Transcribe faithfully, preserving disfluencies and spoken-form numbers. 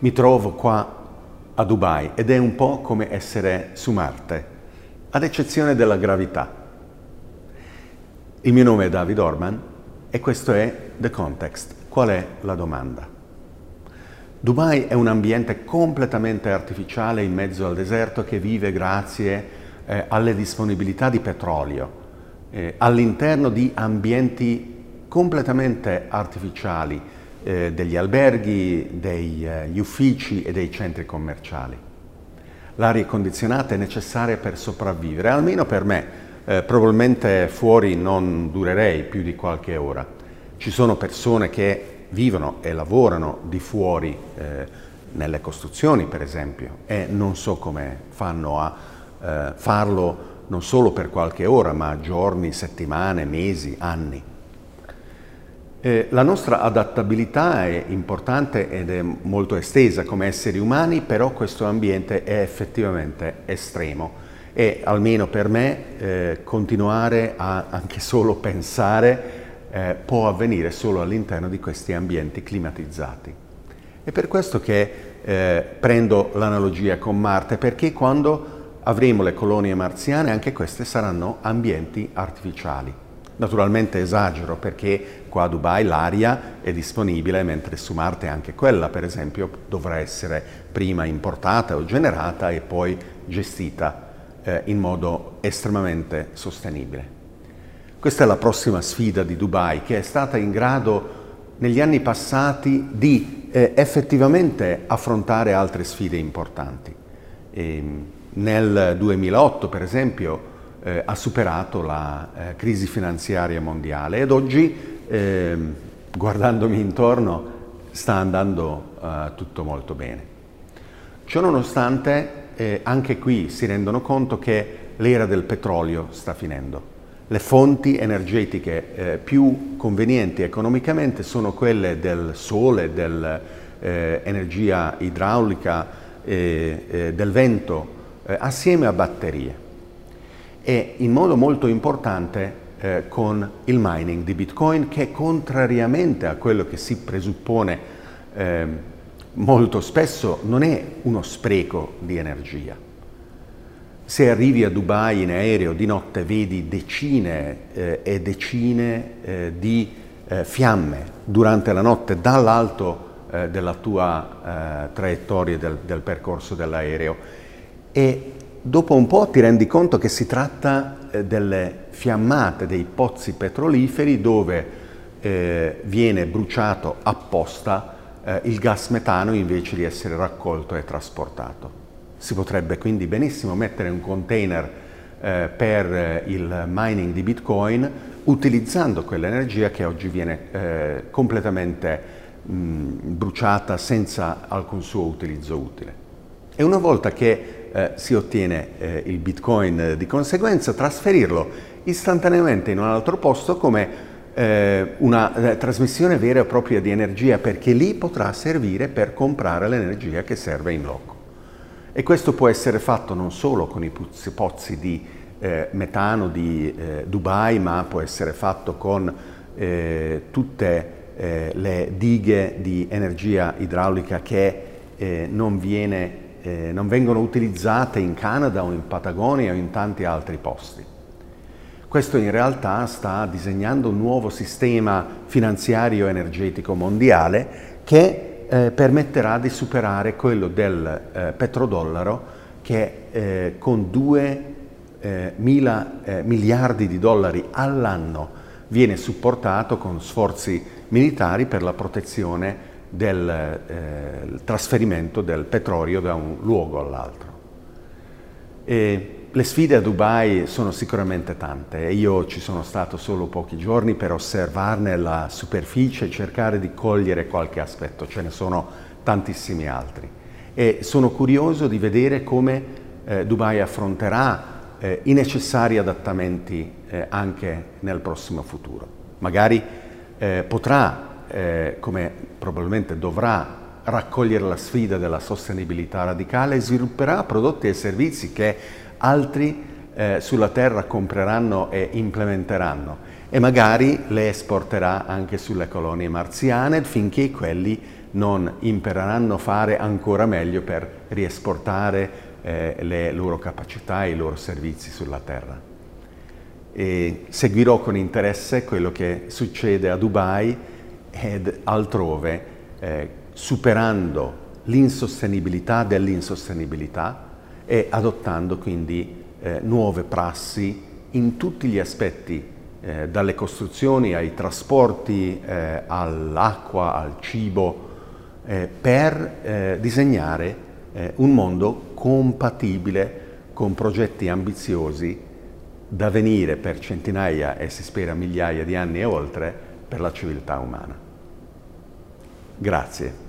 mi trovo qua a Dubai ed è un po' come essere su Marte, ad eccezione della gravità. Il mio nome è David Orman e questo è The Context. Qual è la domanda? Dubai è un ambiente completamente artificiale in mezzo al deserto che vive grazie eh, alle disponibilità di petrolio, eh, all'interno di ambienti completamente artificiali, eh, degli alberghi, degli eh, uffici e dei centri commerciali. L'aria condizionata è necessaria per sopravvivere, almeno per me. Eh, probabilmente fuori non durerei più di qualche ora. Ci sono persone che vivono e lavorano di fuori, eh, nelle costruzioni per esempio, e non so come fanno a eh, farlo non solo per qualche ora, ma giorni, settimane, mesi, anni. Eh, la nostra adattabilità è importante ed è molto estesa come esseri umani, però questo ambiente è effettivamente estremo e almeno per me eh, continuare a anche solo pensare Eh, può avvenire solo all'interno di questi ambienti climatizzati. È per questo che eh, prendo l'analogia con Marte, perché quando avremo le colonie marziane anche queste saranno ambienti artificiali. Naturalmente esagero, perché qua a Dubai l'aria è disponibile, mentre su Marte anche quella, per esempio, dovrà essere prima importata o generata e poi gestita eh, in modo estremamente sostenibile. Questa è la prossima sfida di Dubai, che è stata in grado negli anni passati di eh, effettivamente affrontare altre sfide importanti. E nel duemilaotto, per esempio, eh, ha superato la eh, crisi finanziaria mondiale ed oggi, eh, guardandomi intorno, sta andando eh, tutto molto bene. Ciononostante, eh, anche qui si rendono conto che l'era del petrolio sta finendo. Le fonti energetiche eh, più convenienti economicamente sono quelle del sole, dell'energia eh, idraulica, eh, eh, del vento, eh, assieme a batterie. E in modo molto importante eh, con il mining di Bitcoin, che contrariamente a quello che si presuppone eh, molto spesso non è uno spreco di energia. Se arrivi a Dubai in aereo di notte vedi decine eh, e decine eh, di eh, fiamme durante la notte dall'alto eh, della tua eh, traiettoria del, del percorso dell'aereo e dopo un po' ti rendi conto che si tratta eh, delle fiammate dei pozzi petroliferi dove eh, viene bruciato apposta eh, il gas metano invece di essere raccolto e trasportato. Si potrebbe quindi benissimo mettere un container eh, per eh, il mining di Bitcoin utilizzando quell'energia che oggi viene eh, completamente mh, bruciata senza alcun suo utilizzo utile. E una volta che eh, si ottiene eh, il Bitcoin di conseguenza, trasferirlo istantaneamente in un altro posto come eh, una eh, trasmissione vera e propria di energia, perché lì potrà servire per comprare l'energia che serve in loco. E questo può essere fatto non solo con i pozzi di eh, metano di eh, Dubai, ma può essere fatto con eh, tutte eh, le dighe di energia idraulica che eh, non, viene, eh, non vengono utilizzate in Canada o in Patagonia o in tanti altri posti. Questo in realtà sta disegnando un nuovo sistema finanziario energetico mondiale che Eh, permetterà di superare quello del eh, petrodollaro che eh, con duemila eh, miliardi di dollari all'anno viene supportato con sforzi militari per la protezione del eh, trasferimento del petrolio da un luogo all'altro. Le sfide a Dubai sono sicuramente tante e io ci sono stato solo pochi giorni per osservarne la superficie e cercare di cogliere qualche aspetto, ce ne sono tantissimi altri. E sono curioso di vedere come eh, Dubai affronterà eh, i necessari adattamenti eh, anche nel prossimo futuro. Magari eh, potrà, eh, come probabilmente dovrà, raccogliere la sfida della sostenibilità radicale e svilupperà prodotti e servizi che altri eh, sulla Terra compreranno e implementeranno, e magari le esporterà anche sulle colonie marziane, finché quelli non impareranno a fare ancora meglio per riesportare eh, le loro capacità e i loro servizi sulla Terra. E seguirò con interesse quello che succede a Dubai ed altrove, eh, superando l'insostenibilità dell'insostenibilità e adottando quindi eh, nuove prassi in tutti gli aspetti, eh, dalle costruzioni ai trasporti, eh, all'acqua, al cibo, eh, per eh, disegnare eh, un mondo compatibile con progetti ambiziosi da venire per centinaia e si spera migliaia di anni e oltre per la civiltà umana. Grazie.